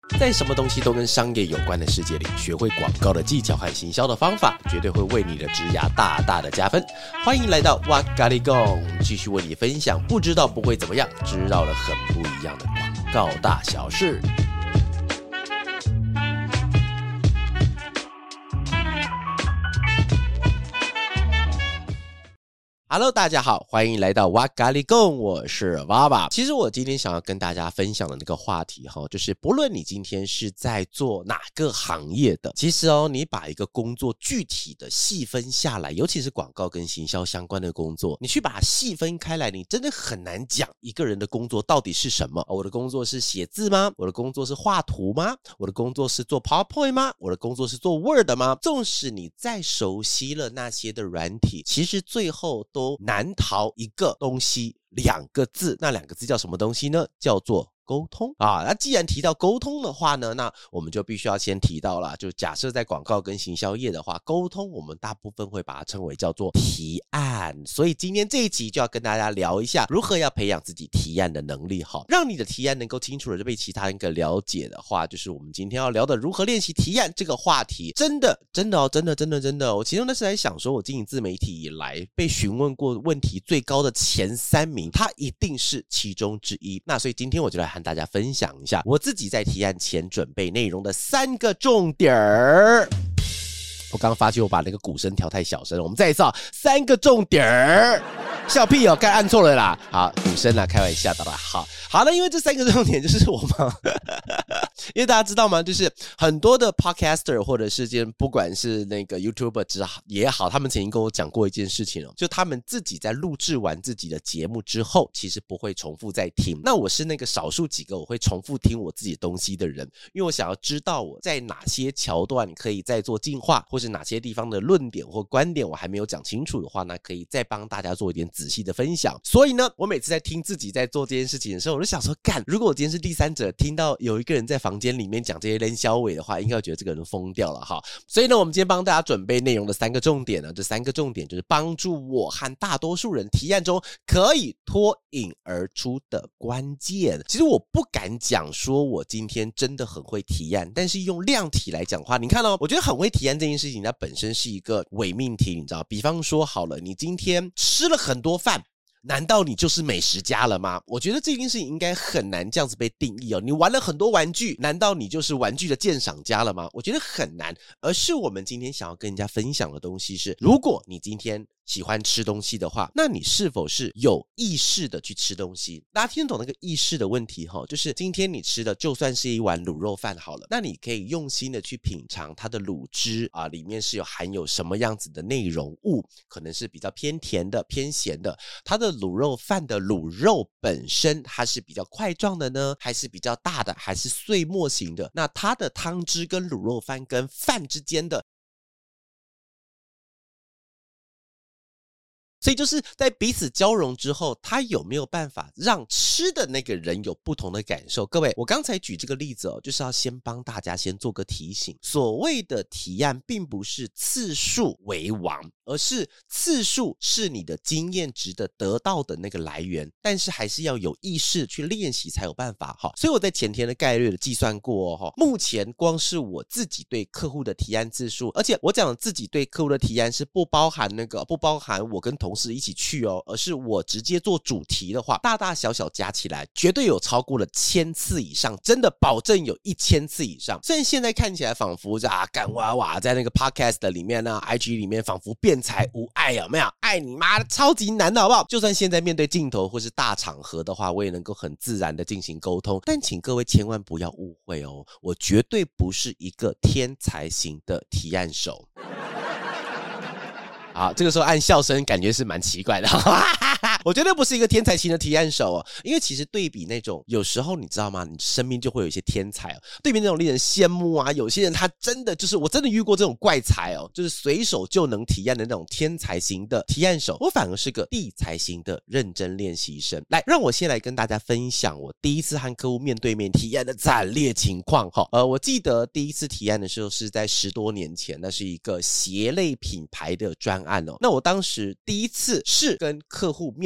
在什么东西都跟商业有关的世界里，学会广告的技巧和行销的方法，绝对会为你的职涯大大的加分。欢迎来到哇咖哩贡，继续为你分享不知道不会怎么样，知道了很不一样的广告大小事。Hello， 大家好，欢迎来到哇咖哩贡，我是娃娃。其实我今天想要跟大家分享的那个话题就是不论你今天是在做哪个行业的，其实你把一个工作具体的细分下来，尤其是广告跟行销相关的工作，你去把它细分开来，你真的很难讲一个人的工作到底是什么。我的工作是写字吗？我的工作是画图吗？我的工作是做 PowerPoint 吗？我的工作是做 Word 吗？纵使你再熟悉了那些的软体，其实最后都难逃一个东西，两个字，那两个字叫什么东西呢？叫做沟通那既然提到沟通的话呢，那我们就必须要先提到了，就假设在广告跟行销业的话，沟通我们大部分会把它称为叫做提案。所以今天这一集就要跟大家聊一下如何要培养自己提案的能力，让你的提案能够清楚的被其他人给了解的话，就是我们今天要聊的如何练习提案这个话题。真的我其中那是在想说，我经营自媒体以来被询问过问题最高的前3名，它一定是其中之一。那所以今天我就来和大家分享一下我自己在提案前准备内容的3个重点儿。我刚刚发觉我把那个鼓声调太小声了，我们再一次3个重点儿。笑屁该按错了啦。好，鼓声开玩笑的啦。好了，因为这3个重点就是我们因为大家知道吗，就是很多的 podcaster 或者是不管是那个 YouTuber 也好，他们曾经跟我讲过一件事情就他们自己在录制完自己的节目之后，其实不会重复再听。那我是那个少数几个我会重复听我自己的东西的人，因为我想要知道我在哪些桥段可以再做进化，或是哪些地方的论点或观点我还没有讲清楚的话呢，可以再帮大家做一点仔细的分享。所以呢，我每次在听自己在做这件事情的时候，我就想说，如果我今天是第三者，听到有一个人在房间里面讲这些冷小伟的话，应该会觉得这个人疯掉了所以呢，我们今天帮大家准备内容的3个重点呢，这3个重点就是帮助我和大多数人提案中可以脱颖而出的关键。其实我不敢讲说我今天真的很会提案，但是用量体来讲的话，你看我觉得很会提案这件事情它本身是一个伪命题，你知道，比方说好了，你今天吃了很多饭，难道你就是美食家了吗？我觉得这件事情应该很难这样子被定义你玩了很多玩具，难道你就是玩具的鉴赏家了吗？我觉得很难。而是我们今天想要跟人家分享的东西是，如果你今天喜欢吃东西的话，那你是否是有意识的去吃东西？大家听懂那个意识的问题就是今天你吃的就算是一碗卤肉饭好了，那你可以用心的去品尝它的卤汁里面是含有什么样子的内容物，可能是比较偏甜的偏咸的，它的卤肉饭的卤肉本身它是比较块状的呢，还是比较大的，还是碎末型的，那它的汤汁跟卤肉饭跟饭之间的，所以就是在彼此交融之后，他有没有办法让吃的那个人有不同的感受？各位，我刚才举这个例子就是要先帮大家先做个提醒，所谓的提案并不是次数为王，而是次数是你的经验值的得到的那个来源，但是还是要有意识去练习才有办法所以我在前天的概率的计算过目前光是我自己对客户的提案次数，而且我讲的自己对客户的提案是不包含我跟同事一起去而是我直接做主题的话，大大小小加起来绝对有超过了1000次以上，真的保证有1000次以上。虽然现在看起来仿佛干哇哇在那个 podcast 里面IG 里面仿佛辩才无碍，有没有？爱你妈的超级难的好不好？就算现在面对镜头或是大场合的话，我也能够很自然的进行沟通，但请各位千万不要误会我绝对不是一个天才型的提案手。好，这个时候按笑声感觉是蛮奇怪的我绝对不是一个天才型的提案手因为其实对比那种有时候你知道吗，你身边就会有一些天才对比那种令人羡慕有些人他真的就是我真的遇过这种怪才就是随手就能提案的那种天才型的提案手，我反而是个地才型的认真练习生。来，让我先来跟大家分享我第一次和客户面对面提案的惨烈情况我记得第一次提案的时候是在10多年前，那是一个鞋类品牌的专案那我当时第一次是跟客户面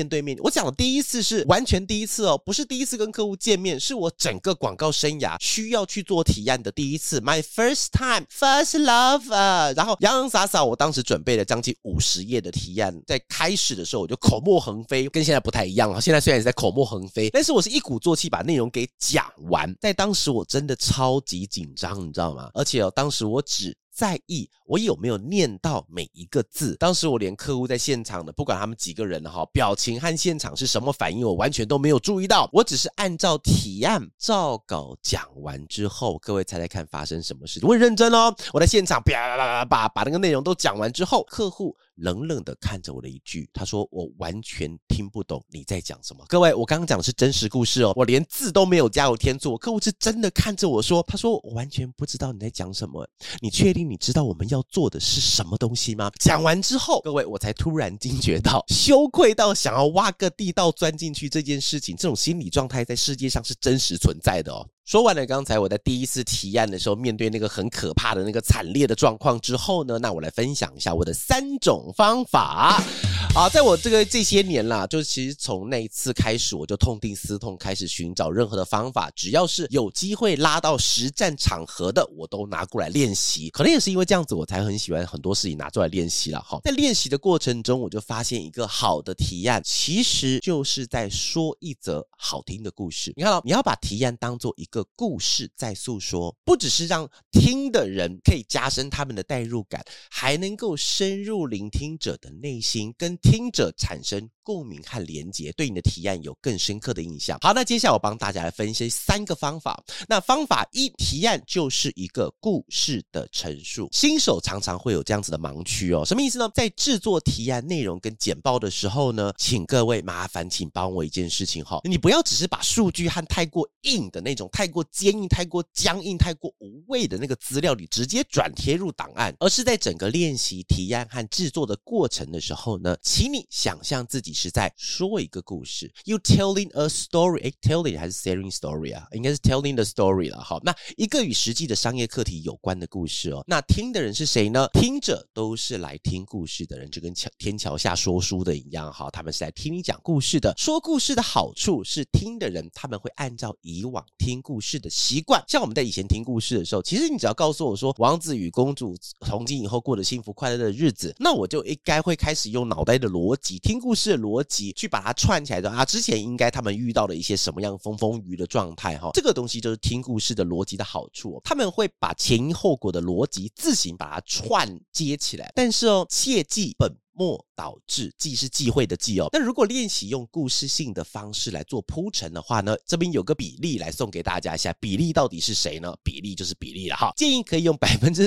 面对面。我讲的第一次是完全第一次哦，不是第一次跟客户见面，是我整个广告生涯需要去做提案的第一次 ，my first time, first love 然后洋洋洒洒，我当时准备了将近50页的提案，在开始的时候我就口沫横飞，跟现在不太一样了。现在虽然也在口沫横飞，但是我是一鼓作气把内容给讲完。在当时我真的超级紧张，你知道吗？而且当时我只在意我有没有念到每一个字。当时我连客户在现场的，不管他们几个人表情和现场是什么反应，我完全都没有注意到。我只是按照提案照稿讲完之后，各位猜猜看发生什么事情？我很认真哦，我在现场把那个内容都讲完之后，客户冷冷的看着我的一句，他说我完全听不懂你在讲什么。各位，我刚刚讲的是真实故事哦，我连字都没有加油添醋。客户是真的看着我说，他说我完全不知道你在讲什么，你确定你知道我们要做的是什么东西吗？讲完之后，各位我才突然惊觉到，羞愧到想要挖个地道钻进去这件事情，这种心理状态在世界上是真实存在的哦。说完了刚才我在第一次提案的时候面对那个很可怕的那个惨烈的状况之后呢，那我来分享一下我的3种方法。在我这些年啦，就其实从那一次开始，我就痛定思痛，开始寻找任何的方法，只要是有机会拉到实战场合的，我都拿过来练习。可能也是因为这样子，我才很喜欢很多事情拿出来练习啦。在练习的过程中，我就发现一个好的提案其实就是在说一则好听的故事。你看你要把提案当做一个故事在诉说，不只是让听的人可以加深他们的代入感，还能够深入聆听者的内心，跟听者产生共鸣和连结，对你的提案有更深刻的印象。好，那接下来我帮大家来分析3个方法。那方法1，提案就是一个故事的陈述。新手常常会有这样子的盲区哦，什么意思呢？在制作提案内容跟简报的时候呢，请各位麻烦请帮我一件事情哈，你不要只是把数据和太过硬的那种、太过坚硬、太过僵硬、太过无味的那个资料里直接转贴入档案，而是在整个练习提案和制作的过程的时候呢，请你想象自己是在说一个故事。 You telling a story， telling 还是 sharing story 啊？应该是 telling the story 了。好，那一个与实际的商业课题有关的故事哦。那听的人是谁呢？听者都是来听故事的人，就跟天桥下说书的一样，他们是来听你讲故事的。说故事的好处是听的人他们会按照以往听故事的习惯，像我们在以前听故事的时候，其实你只要告诉我说王子与公主从今以后过得幸福快乐的日子，那我就应该会开始用脑袋的逻辑，听故事的逻辑去把它串起来的之前应该他们遇到了一些什么样风风雨的状态这个东西就是听故事的逻辑的好处他们会把前因后果的逻辑自行把它串接起来。但是切记本末倒置，忌是忌讳的忌哦。那如果练习用故事性的方式来做铺陈的话呢，这边有个比例来送给大家一下，比例到底是谁呢？比例就是比例了哈。建议可以用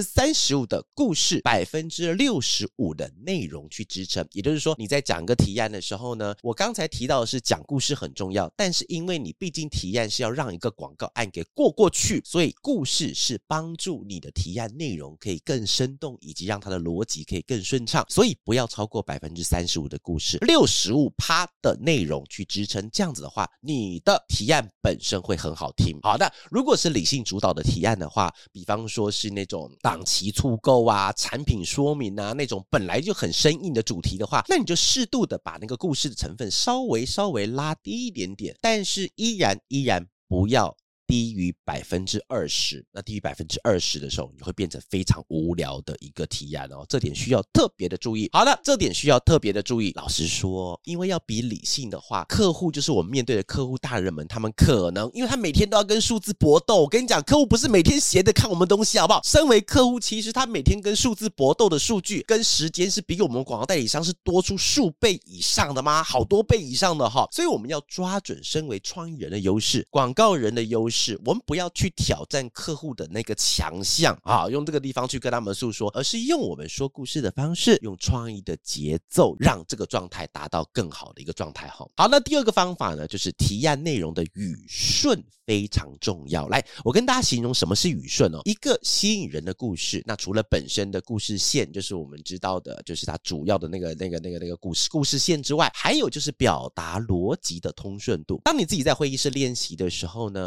35% 的故事， 65% 的内容去支撑。也就是说你在讲个提案的时候呢，我刚才提到的是讲故事很重要，但是因为你毕竟提案是要让一个广告案给过去，所以故事是帮助你的提案内容可以更生动，以及让它的逻辑可以更顺畅，所以不要超过 35% 的故事， 65% 的内容去支撑。这样子的话，你的提案本身会很好听。好的，如果是理性主导的提案的话，比方说是那种档期促购啊、产品说明啊，那种本来就很生硬的主题的话，那你就适度的把那个故事的成分稍微拉低一点点，但是依然不要低于 20%， 那低于 20% 的时候，你会变成非常无聊的一个提案哦，这点需要特别的注意。好的，这点需要特别的注意。老实说，因为要比理性的话，客户就是我们面对的客户大人们，他们可能因为他每天都要跟数字搏斗。我跟你讲，客户不是每天闲着看我们东西，好不好？身为客户，其实他每天跟数字搏斗的数据跟时间是比我们广告代理商是多出数倍以上的吗？好多倍以上的哈。所以我们要抓准身为创意人的优势，广告人的优势，我们不要去挑战客户的那个强项用这个地方去跟他们诉说，而是用我们说故事的方式，用创意的节奏，让这个状态达到更好的一个状态。好，那第二个方法呢，就是提案内容的语顺非常重要。来，我跟大家形容什么是语顺一个吸引人的故事，那除了本身的故事线，就是我们知道的，就是它主要的那个故事线之外，还有就是表达逻辑的通顺度。当你自己在会议室练习的时候呢，请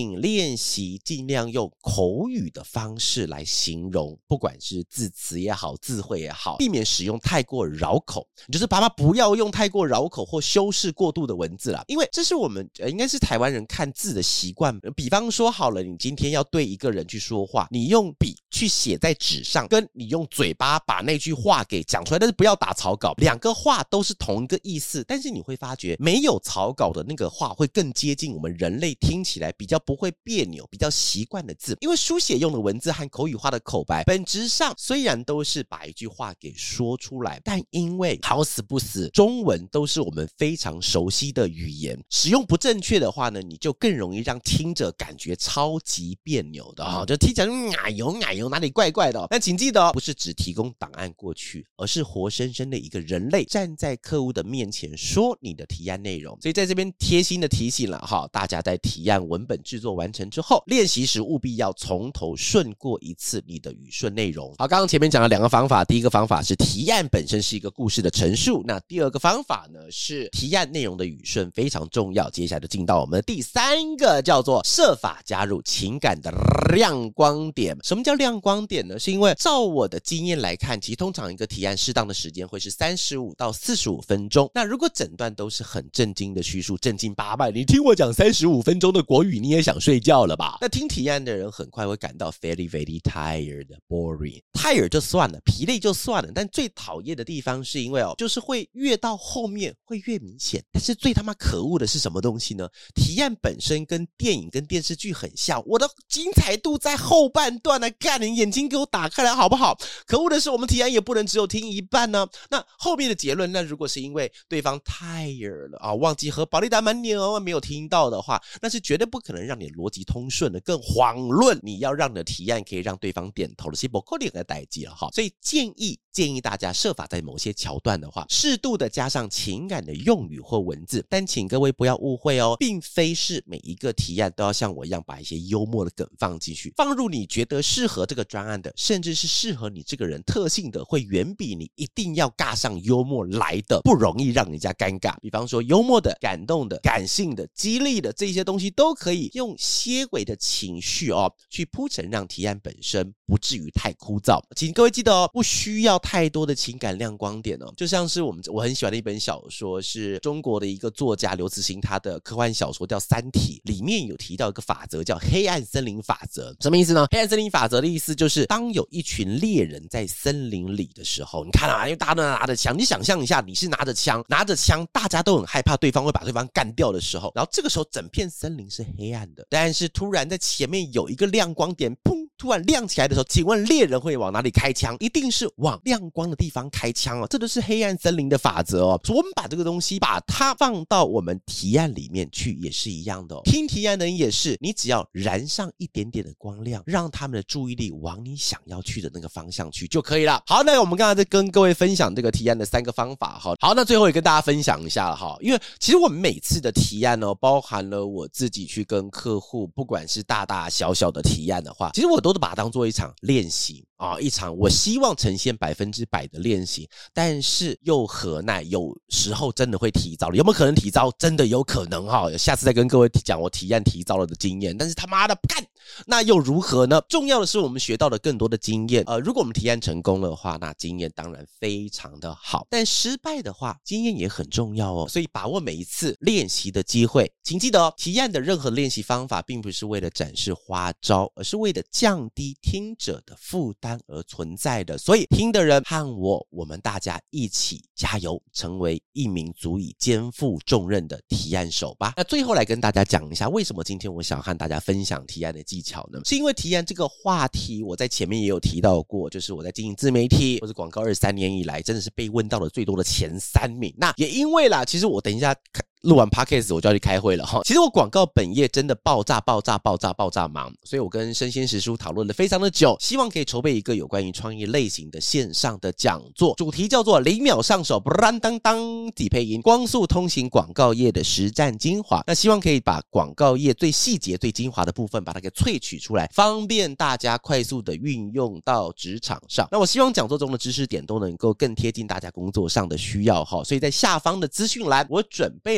请练习尽量用口语的方式来形容，不管是字词也好，字汇也好，避免使用太过绕口。就是爸爸不要用太过绕口或修饰过度的文字啦，因为这是我们应该是台湾人看字的习惯。比方说好了，你今天要对一个人去说话，你用笔去写在纸上，跟你用嘴巴把那句话给讲出来，但是不要打草稿，两个话都是同一个意思，但是你会发觉没有草稿的那个话会更接近我们人类听起来比较不会别扭，比较习惯的字。因为书写用的文字和口语化的口白本质上虽然都是把一句话给说出来，但因为好死不死中文都是我们非常熟悉的语言，使用不正确的话呢，你就更容易让听者感觉超级别扭的就听起来哪里怪怪的但请记得不是只提供档案过去，而是活生生的一个人类站在客户的面前说你的提案内容。所以在这边贴心的提醒了大家在提案文本制作完成之后，练习时务必要从头顺过一次你的语顺内容。好，刚刚前面讲了两个方法，第一个方法是提案本身是一个故事的陈述，那第二个方法呢是提案内容的语顺非常重要。接下来就进到我们的第三个，叫做设法加入情感的亮光点。什么叫亮光点呢？是因为照我的经验来看，其实通常一个提案适当的时间会是35到45分钟。那如果整段都是很正经的叙述，正经八百，你听我讲35分钟的国语你也想睡觉了吧？那听提案的人很快会感到 very very tired boring。 tired 就算了，疲累就算了，但最讨厌的地方是因为就是会越到后面会越明显。但是最他妈可恶的是什么东西呢？提案本身跟电影跟电视剧很像，我的精彩度在后半段呢，干你眼睛给我打开来好不好？可恶的是我们提案也不能只有听一半呢。那后面的结论，那如果是因为对方 tired 了忘记喝保利达蛮牛没有听到的话，那是绝对不可能让你逻辑通顺的，更遑论你要让你的提案可以让对方点头的是不可能的代志了所以建议大家设法在某些桥段的话，适度的加上情感的用语或文字，但请各位不要误会并非是每一个提案都要像我一样把一些幽默的梗放进去，放入你觉得适合这个专案的，甚至是适合你这个人特性的，会远比你一定要尬上幽默来的不容易让人家尴尬。比方说幽默的、感动的、感性的、激励的，这些东西都可以用些微的情绪去铺陈，让提案本身不至于太枯燥。请各位记得不需要太多的情感亮光点就像是我很喜欢的一本小说，是中国的一个作家刘慈欣他的科幻小说叫《三体》，里面有提到一个法则叫黑暗森林法则。什么意思呢？黑暗森林法则的意思就是当有一群猎人在森林里的时候，你看因为大家都拿着枪，你想象一下你是拿着枪大家都很害怕对方会把对方干掉的时候，然后这个时候整片森林是黑暗的，但是突然在前面有一个亮光点，砰，突然亮起来的时候，请问猎人会往哪里开枪？一定是往亮光的地方开枪这就是黑暗森林的法则所以我们把这个东西把它放到我们提案里面去也是一样的听提案的人也是，你只要燃上一点点的光亮，让他们的注意力往你想要去的那个方向去就可以了。好，那我们刚才在跟各位分享这个提案的3个方法好，那最后也跟大家分享一下了因为其实我们每次的提案包含了我自己去跟客户，不管是大大小小的提案的话，其实我都把它当做一场练习一场我希望呈现100%的练习，但是又何奈有时候真的会提糟了。有没有可能提糟？真的有可能下次再跟各位讲我提案提糟了的经验，但是他妈的干，那又如何呢？重要的是我们学到了更多的经验如果我们提案成功的话，那经验当然非常的好，但失败的话经验也很重要所以把握每一次练习的机会。请记得提案的任何练习方法并不是为了展示花招，而是为了降低听者的负担而存在的。所以听的人和我们大家一起加油，成为一名足以肩负重任的提案手吧。那最后来跟大家讲一下，为什么今天我想和大家分享提案的技巧呢？是因为提案这个话题我在前面也有提到过，就是我在经营自媒体或者广告23年以来，真的是被问到了最多的前3名。那也因为啦，其实我等一下录完 podcast 我就要去开会了其实我广告本业真的爆炸忙，所以我跟生鲜时书讨论了非常的久，希望可以筹备一个有关于创意类型的线上的讲座，主题叫做0秒上手不然当当底配音光速通行广告业的实战精华。那希望可以把广告业最细节最精华的部分把它给萃取出来，方便大家快速的运用到职场上。那我希望讲座中的知识点都能够更贴近大家工作上的需要所以在下方的资讯栏我准备了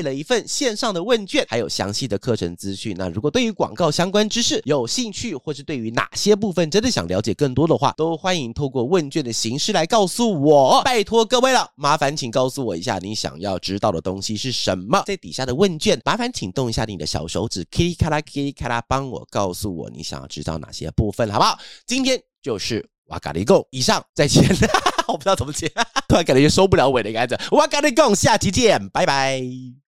了一份线上的问卷，还有详细的课程资讯。那如果对于广告相关知识有兴趣，或是对于哪些部分真的想了解更多的话，都欢迎透过问卷的形式来告诉我。拜托各位了，麻烦请告诉我一下你想要知道的东西是什么，在底下的问卷麻烦请动一下你的小手指，噼里咔啦噼里咔啦，帮我告诉我你想要知道哪些部分，好不好？今天就是哇咖哩贡，以上再见。我不知道怎么接，突然感觉收不了尾的感觉。哇咖哩贡，下期见，拜拜。